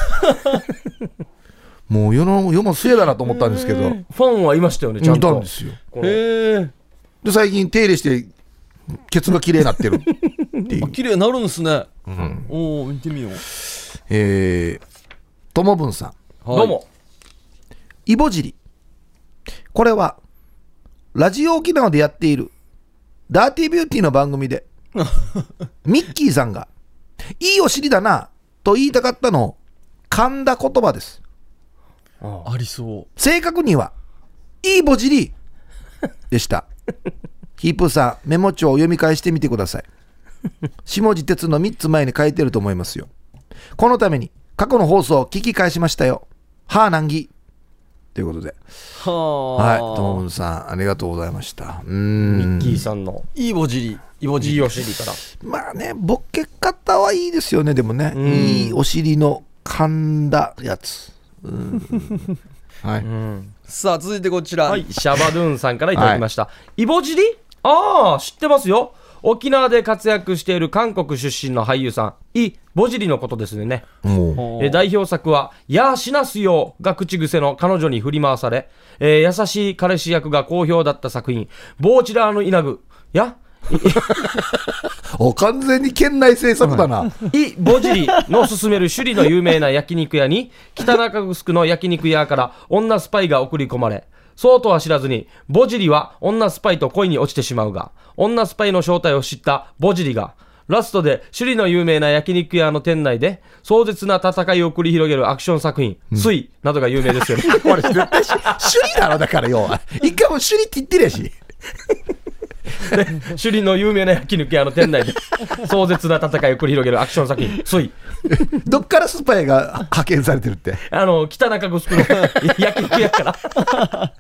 もう世の世も末だなと思ったんですけどファンはいましたよね、ちゃんいたと。 んですよこのへえで最近手入れしてケツが綺麗になってるっていう綺麗になるんですね、おお見てみよう。 えーともぶんさんどうも。 イボ尻これはラジオ沖縄でやっているダーティービューティーの番組でミッキーさんがいいお尻だなと言いたかったのを噛んだ言葉です。 ありそう。 正確にはいいボ尻でしたヒープーさんメモ帳を読み返してみてください下地鉄のみっつまえに書いてると思いますよ。このために過去の放送を聞き返しましたよ。はあ難儀ということで、 ははい、ともぶんさんありがとうございました。うーんミッキーさんのいいぼじりいぼじりいいお尻から。 まあねボケ方はいいですよね。でもね、 うんいいお尻の噛んだやつ、うんはい、 うんさあ続いてこちら、 はい、シャバドゥーンさんからいただきました。イボジリ？ああ、知ってますよ。沖縄で活躍している韓国出身の俳優さん、イ・ボジリのことですね。 もうえー代表作は、やあしなすよが口癖の彼女に振り回され、えー優しい彼氏役が好評だった作品、ボーチラーのイナグや、 お完全に県内制作だな、 イ・ボジリの勧める首里の有名な焼肉屋に、北中城の焼肉屋から女スパイが送り込まれ、そうとは知らずに、ボジリは女スパイと恋に落ちてしまうが、女スパイの正体を知ったボジリが、ラストで首里の有名な焼肉屋の店内で壮絶な戦いを繰り広げるアクション作品、スイなどが有名ですよね。 これ絶対し首里だろだからよ一回も首里って言ってるやしで首里の有名な焼肉屋の店内で壮絶な戦いを繰り広げるアクション作品、スイ。 どっからスパイが派遣されてるってあの、北中城の焼肉屋から。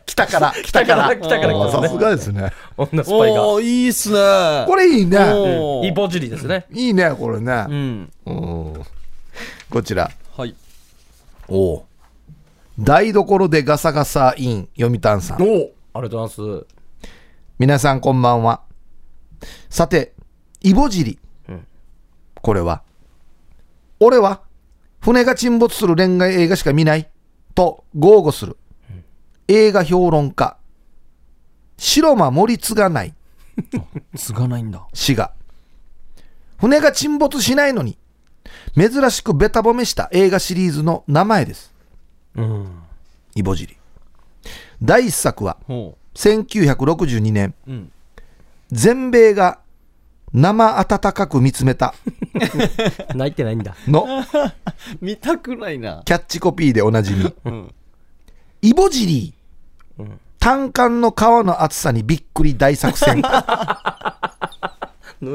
北から北から北から来たさすがですね。 女スパイがおーいいっすね。 これいいね。 おーイボジリですね。 いいねこれね。 うんうんこちら。 はい。 おお。台所でガサガサイン読谷さん。 おお、ありがとうございます。 皆さんこんばんは。さて、イボジリ、うん、これは俺は船が沈没する恋愛映画しか見ないと豪語する、うん、映画評論家白間森継がない継がないんだ氏が船が沈没しないのに珍しくベタ褒めした映画シリーズの名前です、うん、イボジリ。第一作はせんきゅうひゃくろくじゅうにねん、うん、全米が生温かく見つめた泣いてないんだの見たくないなキャッチコピーでおなじみ、うん、イボジリー、うん、単管の皮の厚さにびっくり大作戦確か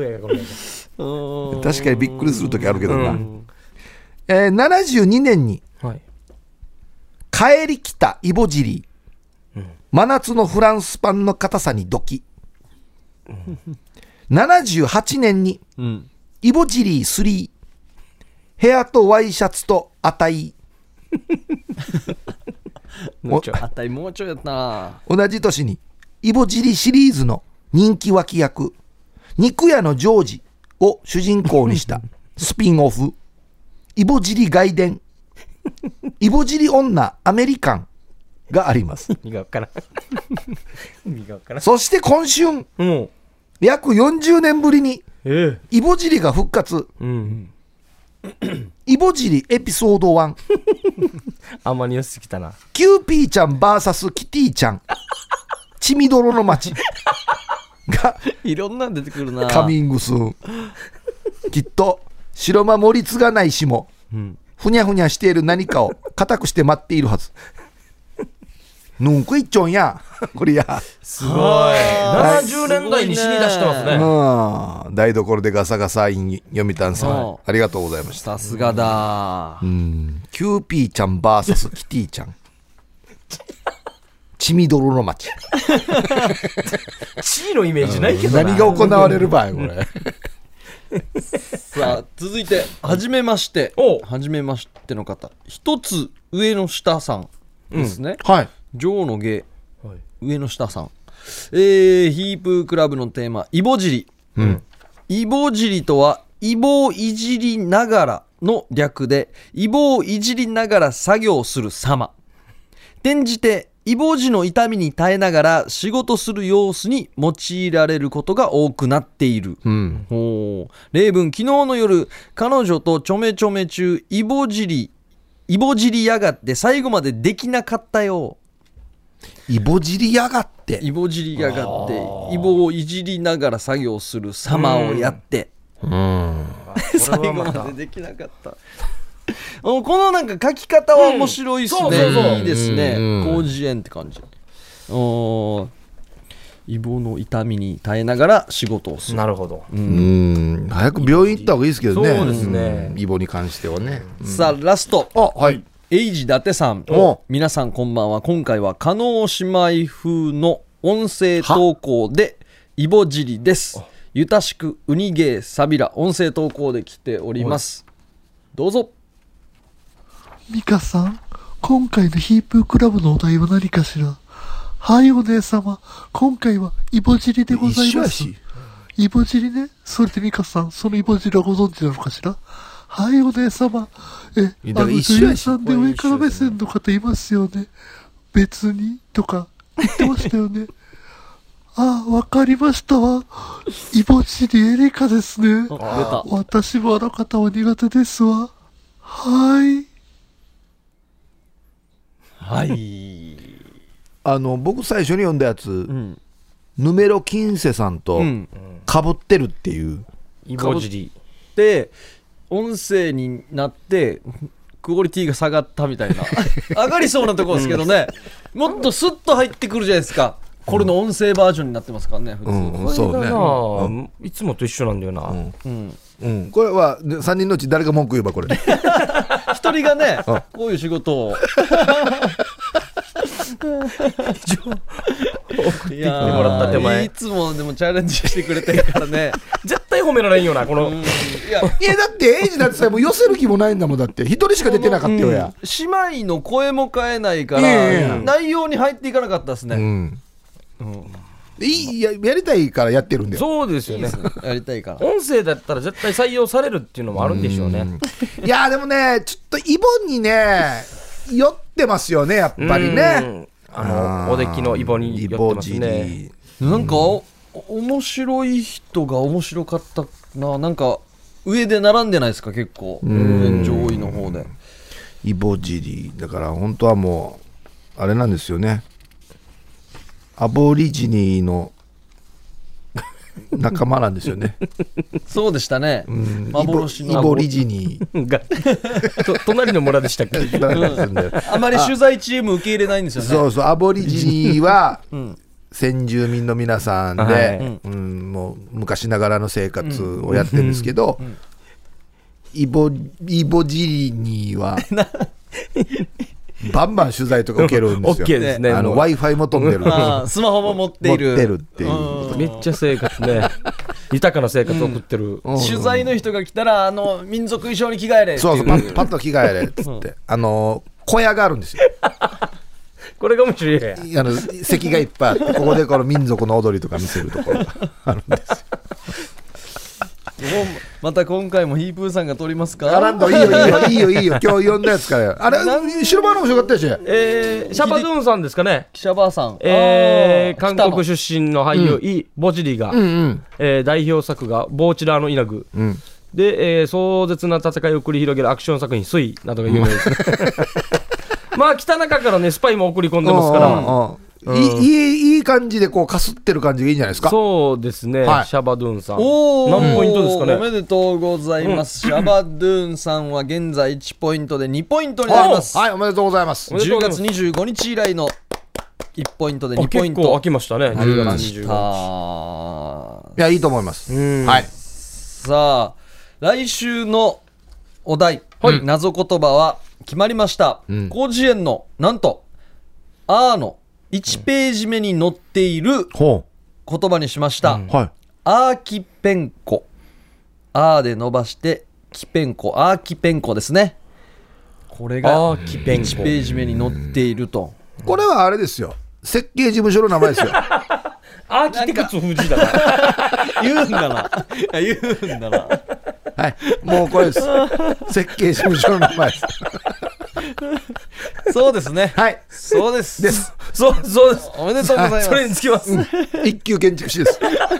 にびっくりするときあるけどな、うんえー、ななじゅうにねんに、はい、帰り来たイボジリー、うん、真夏のフランスパンの硬さにドキ、うんななじゅうはちねんに、うん、イボジリースリーヘアとワイシャツとあたいもうちょいあたいもうちょいやったな。 同じ年にイボジリシリーズの人気脇役肉屋のジョージを主人公にしたスピンオフイボジリ外伝イボジリ女アメリカンがあります意味がわからん意味がわからん。 そして今春、うん約よんじゅうねんぶりにイボジリが復活、うん、イボジリエピソードワンあんまりよすぎたな。 キューピーちゃん ブイエス キティちゃん血みどろの街がいろんなの出てくるな。 カミングスーンきっと白間森継がないしも、うん、ふにゃふにゃしている何かを固くして待っているはずぬんくいっちょんやこれやすごいななじゅうねんだいに死に出してますね、 うん、台所でガサガサイン読谷さんありがとうございました。 さすがだ。 うんキューピーちゃん ブイエス キティちゃん血みどろの街血のイメージないけどな。 何が行われる場合これさあ続いてはじめましてはじめましての方一つ上の下さんですね、うん、はい女王の芸、はい、上の下さん、えー、ヒープークラブのテーマイボジリ、うん、イボジリとはイボをいじりながらの略でイボをいじりながら作業する様転じてイボ痔の痛みに耐えながら仕事する様子に用いられることが多くなっている、うん、お例文昨日の夜彼女とちょめちょめ中イボジリイボジリやがって最後までできなかったよ。 イボジリやがってイボジリやがってイボをいじりながら作業する様をやってうんうん最後までできなかったこのなんか書き方は面白いっすね、うん、そうそうそういいですね広辞苑って感じ。おイボの痛みに耐えながら仕事をする。 なるほど、 うん、うん早く病院行った方がいいですけどね。 そうですね、 イボに関してはね、 うん、さあラストあはいエイジ伊達さん皆さんこんばんは。今回は加納姉妹風の音声投稿でイボジリです。ゆたしくウニゲーサビラ音声投稿で来ております。どうぞ。 ミカさん今回のヒープークラブのお題は何かしら。はいお姉様今回はイボジリでございます。イボジリね。それでミカさんそのイボジリはご存知なのかしら。はいお姉様えあの女優さんで上から目線の方いますよね。別にとか言ってましたよねああわかりましたわ。イボジリエリカですね。私もあの方は苦手ですわ。はいはいあの僕最初に読んだやつ、うん、ヌメロキンセさんとかぶってるっていう、うん、 イボジリで音声になってクオリティが下がったみたいな上がりそうなところですけどね、うん、もっとスッと入ってくるじゃないですか。これの音声バージョンになってますからね普通、うんうん、そうね、 うん、いつもと一緒なんだよな、うんうんうん、これはさんにんのうち誰が文句言えばこれ一人がねこういう仕事をいやーもらった手前いつもでもチャレンジしてくれてるからね絶対褒められんよなこの、 いやいやだってエイジだってさもう寄せる気もないんだもんだって一人しか出てなかったよや、 姉妹の声も変えないかいやいやいやら内容に入っていかなかったですね、 うんいいややりたいからやってるんだよ。 そうですよねやりたいから音声だったら絶対採用されるっていうのもあるんでしょうね。 いやでもねちょっとイボにね酔ってますよねやっぱりね。 あのおできのイボに寄ってますね。 なんかお面白い人が面白かったな。なんか上で並んでないですか結構上位の方でイボ尻だから本当はもうあれなんですよね。アボリジニーの仲間なんですよね。 そうでしたね、うん、幻のイボリジニーが隣の村でしたっけ、うん、 あまり取材チーム受け入れないんですよね。 そうそうアボリジニーは、うん、先住民の皆さんで、はいうん、もう昔ながらの生活をやってるんですけど、うんうん、イボイボジニーはバンバン取材とか受けるんですよ。 OK ですね。 あの Wi-Fi も飛んでる。 スマホも持っている。 持ってるっていう。 めっちゃ生活ね。豊かな生活を送ってる。 うん、取材の人が来たらあの民族衣装に着替えれ。 そうそうパッパッと着替えれっつって、うん、あの小屋があるんですよ。 これが面白いや。 あの席がいっぱいあってここでこの民族の踊りとか見せるところがあるんですよ。 また今回もヒープーさんが撮りますか。 あらんといいよいいよいいよいいよ今日呼んだやつからよ。あれ白バーの面白かったでしょ。 えー、シャバドゥンさんですかね。 シャバーさん、 えー、韓国出身の俳優、うん、イ・ボジリが、 うんうんえー、代表作がボーチラーのイナグ、うん、で、えー、壮絶な戦いを繰り広げるアクション作品スイなどが有名ですね、うん、まあ北中からねスパイも送り込んでますからうんいい、いい感じでこうかすってる感じがいいんじゃないですか。 そうですね、はい、シャバドゥンさんお何ポイントですかね。 おめでとうございます、うん、シャバドゥンさんは現在いちポイントでにポイントになります。 はいおめでとうございます。 じゅうがつにじゅうごにち以来のいちポイントでにポイント。 結構空きましたね。じゅうがつにじゅうごにちいやいいと思います。はい、 さあ来週のお題、はい、謎言葉は決まりました。広辞苑のなんとあーのいちページ目に載っている言葉にしました、うんはい、アーキペンコ。あーで伸ばしてキペンコ、アーキペンコですね。これがいちページ目に載っていると。 これはあれですよ、設計事務所の名前ですよ。 アーキテクツ富士だな。 言うんだな言うんだな。 はい、もうこれです。設計事務所の名前です。 そうですね。 はい、 そうです。 です。 そうそうです。 おめでとうございます。 それにつきます。 うん、一級建築士です。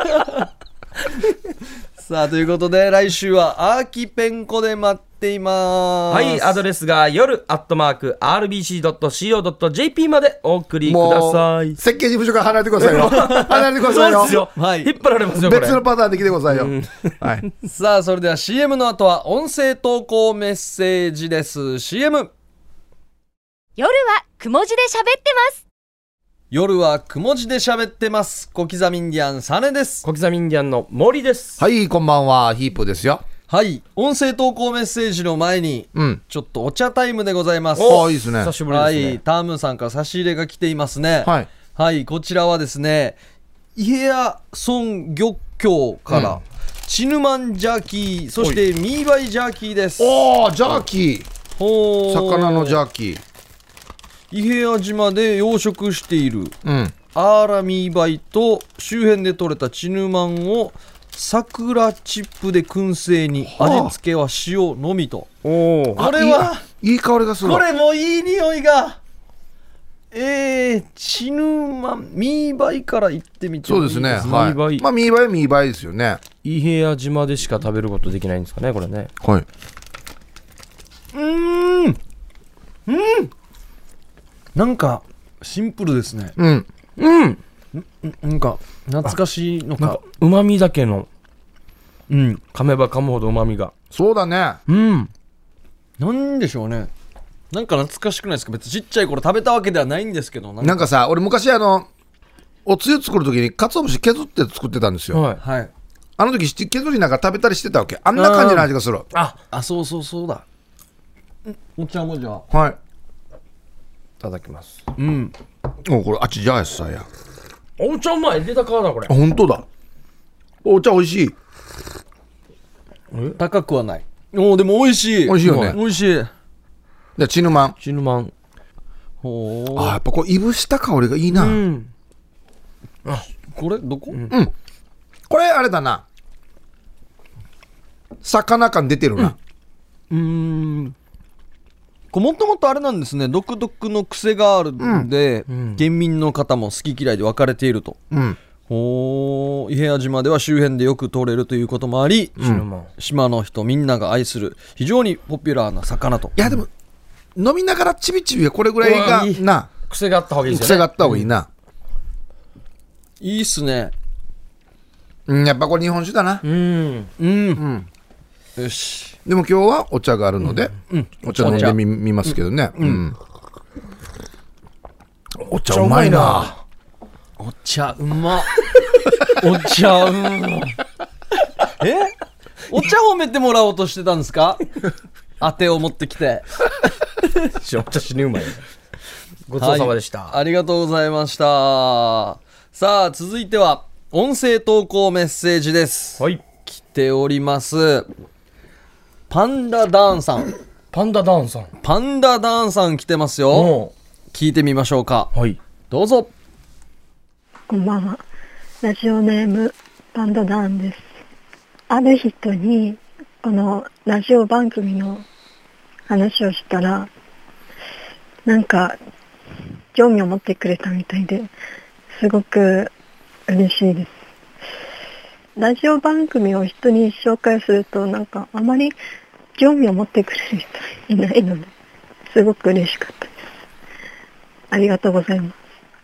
さあということで来週はアーキペンコで待っています。 はい、アドレスが夜アットマーク アールビーシードットシーオードットジェーピー までお送りください。 設計事務所から離れてくださいよ。離れてくださいよ。 そうですよ、はい、引っ張られますよこれ。 別のパターンで来てくださいよ、うんはい、 さあそれでは シーエム の後は音声投稿メッセージです。 シーエム。 夜はくも字で喋ってます。 夜はくも字で喋ってます。小刻みインディアンサネです。 小刻みインディアンの森です。 はいこんばんは、ヒープですよ。 はい、音声投稿メッセージの前に、うん、ちょっとお茶タイムでございます。 おーいいですね。 久しぶりですね。 はい、タームさんから差し入れが来ていますね。 はい、 はい、こちらはですねイヘアソン漁協から、うん、チヌマンジャーキー、そしてミーバイジャーキーです。 おージャーキー、ほー魚のジャーキー。 伊平屋島で養殖している、 うん、 アーラミーバイと周辺で採れたチヌマンを桜チップで燻製に、味付けは塩のみと。 おこれはいい香りがする。 これもいい匂いが。えー、チヌマンミーバイから行ってみてもいいですか。 そうですね、はい、ミーバイ、まあ、ミーバイはミーバイですよね。 伊平屋島でしか食べることできないんですかねこれね。 はい、 うーんうんなんかシンプルですね。 うんうん、 なんか懐かしいのか、 うまみだけの、 うん、 噛めば噛むほどうまみが。 そうだね。 うんなんでしょうね。なんか懐かしくないですか。別にちっちゃい頃食べたわけではないんですけど、なんか、 なんかさ俺昔あのおつゆ作る時に鰹節削って作ってたんですよ。 はい、 はい、 あの時削りなんか食べたりしてたわけ。あんな感じの味がする。 ああそうそうそうだ。お茶もじゃあ、 はい、 いただきます。 うんおこれあっちじゃあやさや。 お茶うまい。出た川だこれ。 あ本当だ。お茶美味しい。 高くはない。おーでも美味しい。 美味しいよね美味しい。 でチヌマン。 チヌマン。 ほあやっぱこういぶした香りがいいな。 ううん、 ん。 これどこ？ これあれだな。魚感出てるな。 うーん。これもともとあれなんですね。独特の癖があるんで、県民の方も好き嫌いで分かれていると。 うん。 お伊平屋島では周辺でよく取れるということもあり、 チヌマン。 島の人みんなが愛する非常にポピュラーな魚と。 いやでも飲みながらちびちびはこれぐらいがうわいいな癖があった方がいいですよね。 癖があった方がいいな。 いいっすね。 うんやっぱこれ日本酒だな。 うん。 うん。 うん。 よし。 でも今日はお茶があるので、 うん。 お茶飲んでみみますけどね。うん。お茶うまいな。 お茶うま。お茶うま。え？お茶褒めてもらおうとしてたんですか？当てを持ってきて。 お茶死ぬうまい。ごちそうさまでした。 はい、ありがとうございました。さあ続いては音声投稿メッセージです。 はい。 来ております。パンダダーンさん。 パンダダーンさん。 パンダダーンさん来てますよ。 お聞いてみましょうか。 はい。 どうぞ。 こんばんは。ラジオネームパンダダーンです。ある人にこのラジオ番組の話をしたら、なんか興味を持ってくれたみたいですごく嬉しいです。ラジオ番組を人に紹介するとなんかあまり興味を持ってくれる人いないのですごく嬉しかったです。ありがとうございます。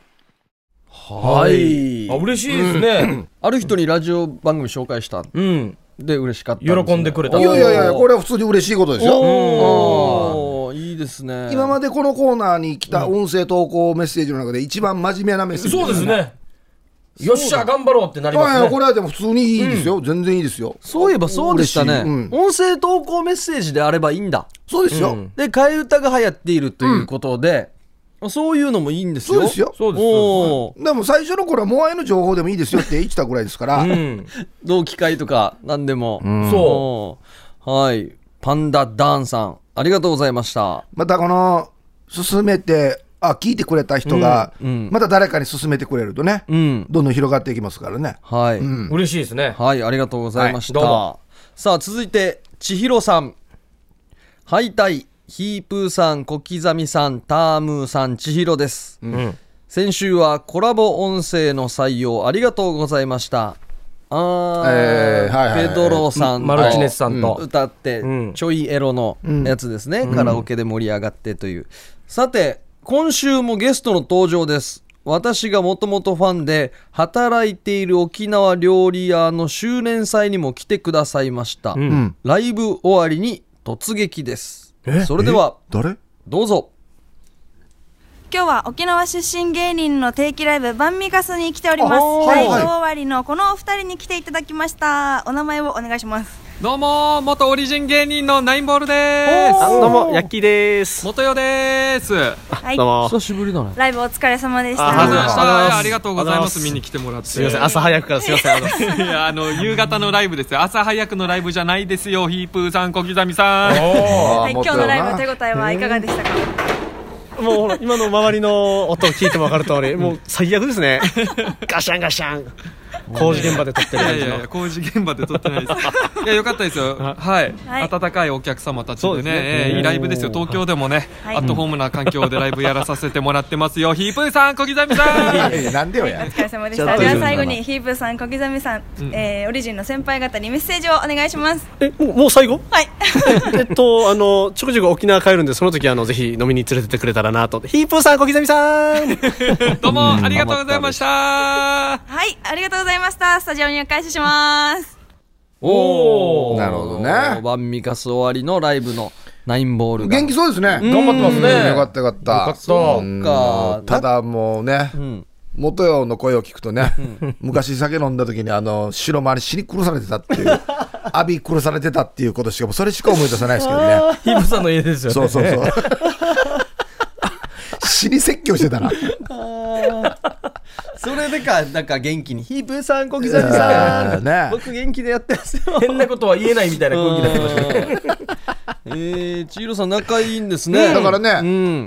はいあ、嬉しいですね。 ある人にラジオ番組紹介したうん。 で嬉しかったんですね。 喜んでくれた。 いやいやいやこれは普通に嬉しいことですよ。 おーいいですね。 今までこのコーナーに来た音声投稿メッセージの中で一番真面目なメッセージ。 そうですね。よっしゃ頑張ろうってなりますね。 いやこれはでも普通にいいですよ。全然いいですよ。 そういえばそうでしたね。 嬉しいうん音声投稿メッセージであればいいんだ。 そうですよ。 うんで替え歌が流行っているということで、そういうのもいいんですよ。 そうですよ。 そうです。 おーでも最初の頃はモアイの情報でもいいですよって言ってたぐらいですから。 うん。 同期会とか何でも。 そおーはい。パンダダーンさんありがとうございました。 またこの進めてあ聞いてくれた人がうんうんまた誰かに進めてくれるとね、 うん。 どんどん広がっていきますからね。 はい。 うんう。嬉しいですね。 はい、ありがとうございました。 はいどうもさあ、続いて、千尋さん。はいたい、ヒープーさん、小刻みさん、タームーさん、千尋です。 うん。 先週はコラボ音声の採用ありがとうございました。あー、 えーはいはいはいペドロさんとマルチネスさんと。 歌って、 うんちょいエロのやつですね、カラオケで盛り上がってという。さて、今週もゲストの登場です。私がもともとファンで働いている沖縄料理屋の周年祭にも来てくださいました、 んライブ終わりに突撃です。 えそれでは誰？ どうぞ。 今日は沖縄出身芸人の定期ライブバンミカスに来ております。 あはいはいライブ終わりのこのお二人に来ていただきました。お名前をお願いします。 どうも元オリジン芸人のナインボールです。 あどうもヤッキーです。 元よです。 はいどう。も。 久しぶりだね。 ライブお疲れ様でしありがとうございまた。 した。ありがとうございます。見に来てもらって。 すみません朝早くからすみません。あのいやあの夕方のライブですよ。朝早くのライブじゃないですよ。ヒープーさん、小刻みさん。 はい、今日のライブ手応えはいかがでしたか。 もうほら今の周りの音を聞いても分かる通り、もう最悪ですね。ガシャンガシャン。工事現場で撮ってる感じのいやいやいや工事現場で撮ってないです。いや良かったですよ。はい、 はい温かいお客様たちでね、 そうですねえーいいライブですよ。東京でもね、 はいアットホームな環境でライブやらさせてもらってますよ。ヒープーさん、小刻みさん。 いやいやなんでよや。 お疲れ様でした。 ちょっとでは最後にヒープーさん、小刻みさん、えーオリジンの先輩方にメッセージをお願いします。 えもうもう最後？ はい。 えっとあのちょくちょく沖縄帰るんでその時あのぜひ飲みに連れてってくれたらなと。ヒープーさん小刻みさん。 どうもありがとうございました。 はい、ありがとうございました。スタジオにお返しします。 おーなるほどねバンミカス終わりのライブのナインボールが元気そうですね。 頑張ってますね。 よかったよかった。 よかったうんかただもうね、 ん元よの声を聞くとね、昔酒飲んだ時にあの白回り死に殺されてたっていう、阿鼻殺されてたっていうことしかもうそれしか思い出さないですけどね。 ヒープさんの家ですよね。 そうそうそう。 死に説教してたな。 それでか、なんか元気にヒープーさん小刻みさん、ね、僕元気でやってますよ。 変なことは言えないみたいな空気になってましたね。 えー、千尋さん仲いいんですね、 うん、だからね、 うん、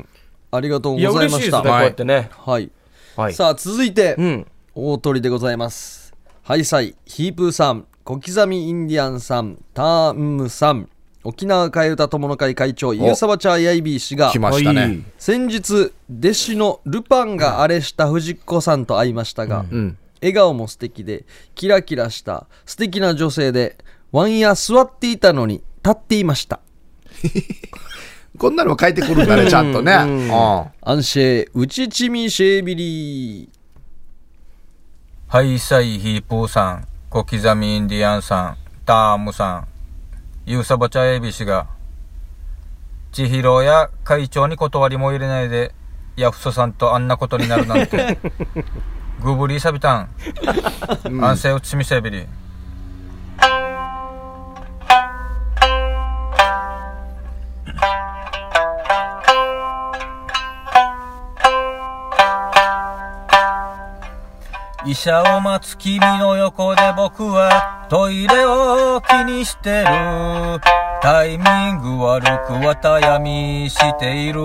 ありがとうございました。 いや嬉しいですね、こうやってね。 はい、はい、さあ続いて、うん、大鳥でございます。ハイサイヒープーさん、小刻みインディアンさん、ターンムさん、沖縄替え歌友の会会長ユーサバチャーヤイビー氏が来ましたね。 先日弟子のルパンがあれした藤子さんと会いましたが、うん、笑顔も素敵でキラキラした素敵な女性で、ワンや座っていたのに立っていました。 こんなのも書いてくるんだね、ちゃんとね。うんうん、 アンシェウチチミシェービリー。 ハイサイヒープーさん、小刻みインディアンさん、タームさん、ユーサバチャエビ氏が千尋や会長に断りも入れないでヤフソさんとあんなことになるなんてグブリーサビタン、うん、アンセウチミセビリ。医者を待つ君の横で僕はトイレを気にしてる。タイミング悪く綿闇している。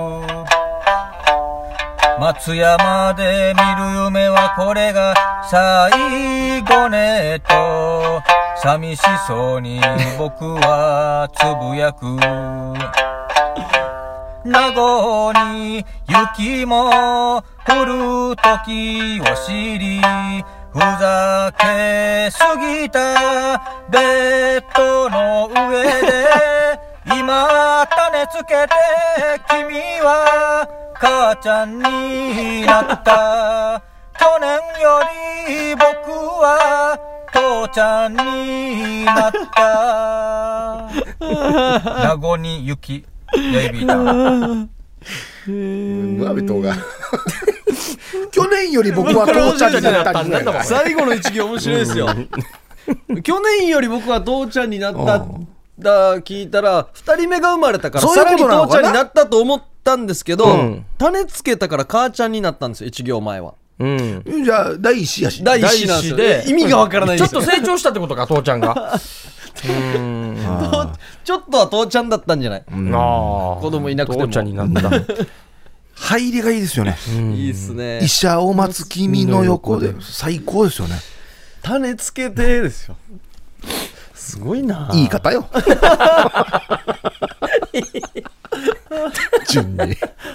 松山で見る夢はこれが最後ねと寂しそうに僕はつぶやく。名護に雪も降る時を知り、ふざけすぎたベッドの上で今種つけて君は母ちゃんになった。去年より僕は父ちゃんになった。名護に雪ヤイビータムアビトが去年より僕は父ちゃんになったんだ。 最後の一行面白いですよ。去年より僕は父ちゃんになっただ聞いたらふたりめが生まれたからさらに父ちゃんになったと思ったんですけど、うん、種つけたから母ちゃんになったんですよ、一行前は。 うん、じゃあ第一子やし、 第一子なんですよ。で意味がわからないんですよ。 ちょっと成長したってことか、父ちゃんが。 うんちょっとは父ちゃんだったんじゃない、うん、あ子供いなくても父ちゃんになった入りがいいですよね。 いいですね。 医者を待つ君の横で最高ですよね。 種つけてですよ。すごいな。 言い方よ。順に。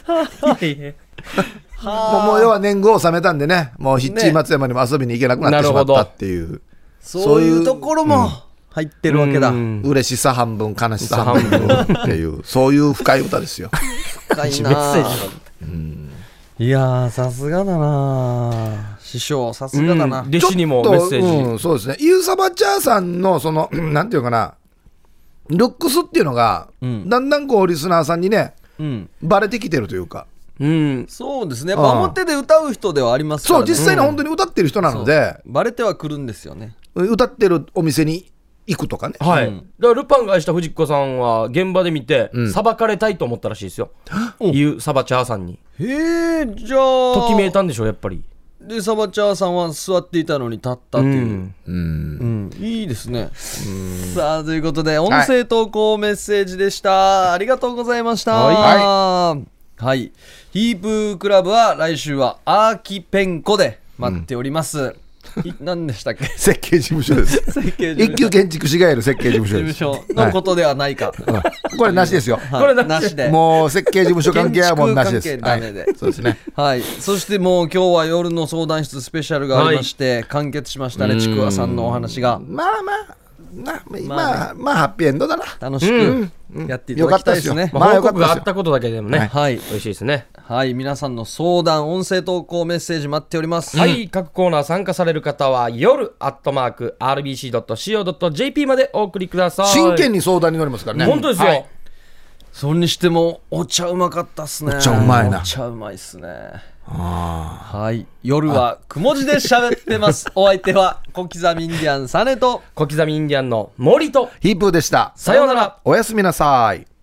もうもう要は年貢を納めたんでね、もう七地松山にも遊びに行けなくなってしまったっていう、 そういうところも入ってるわけだ。 嬉しさ半分悲しさ半分っていうそういう深い歌ですよ。 深いな。うん、いやーさすがだな師匠、さすがだな、 うん、弟子にもメッセージ、 うん、そうですね。ユーサバチャーさんのそのなんていうかな、ルックスっていうのが、うん、だんだんこうリスナーさんにね、うん、バレてきてるというか、 うん、そうですね。やっぱ表で歌う人ではありますからね。 そう、実際に本当に歌ってる人なので、 うん、バレてはくるんですよね。 歌ってるお店に行くとかね。 はい、うん、だからルパンが愛した藤子さんは現場で見て、うん、裁かれたいと思ったらしいですよ、いうサバチャーさんに。 へえ、じゃあときめいたんでしょう、やっぱり。 でサバチャーさんは座っていたのに立ったっていう、うんうんうん、いいですね。さあということで音声投稿メッセージでした、はい、ありがとうございました。はい、はい、ヒープークラブは来週はアーキペンコで待っております、うん何でしたっけ？ 設計事務所です。一級建築士がいる設計事務所です。 事務所のことではないか、 はい、これなしですよ、はい、 これなしでもう設計事務所関係はもうなしです。 建築関係ダメで、はい、 そうですね。 はい、そしてもう今日は夜の相談室スペシャルがありまして、はい、完結しましたね。ちくわさんのお話がまあまあなまあ、まあ、まあハッピーエンドだな。 楽しくやっていただきたいですね。 まあ、報告があったことだけでもね、 はい、 美味しいですね。 はい、皆さんの相談音声投稿メッセージ待っております。 はい、うん、各コーナー参加される方は夜アットマーク アールビーシードットシーオードットジェーピー までお送りください。 真剣に相談に乗りますからね。 本当ですよ、はい、 それにしてもお茶うまかったっすね。 お茶うまいな。 お茶うまいっすね。あ、はい、夜はくも字で喋ってます。お相手は小刻みインディアンサネと小刻みインディアンの森とヒープーでした。 さようなら。 おやすみなさい。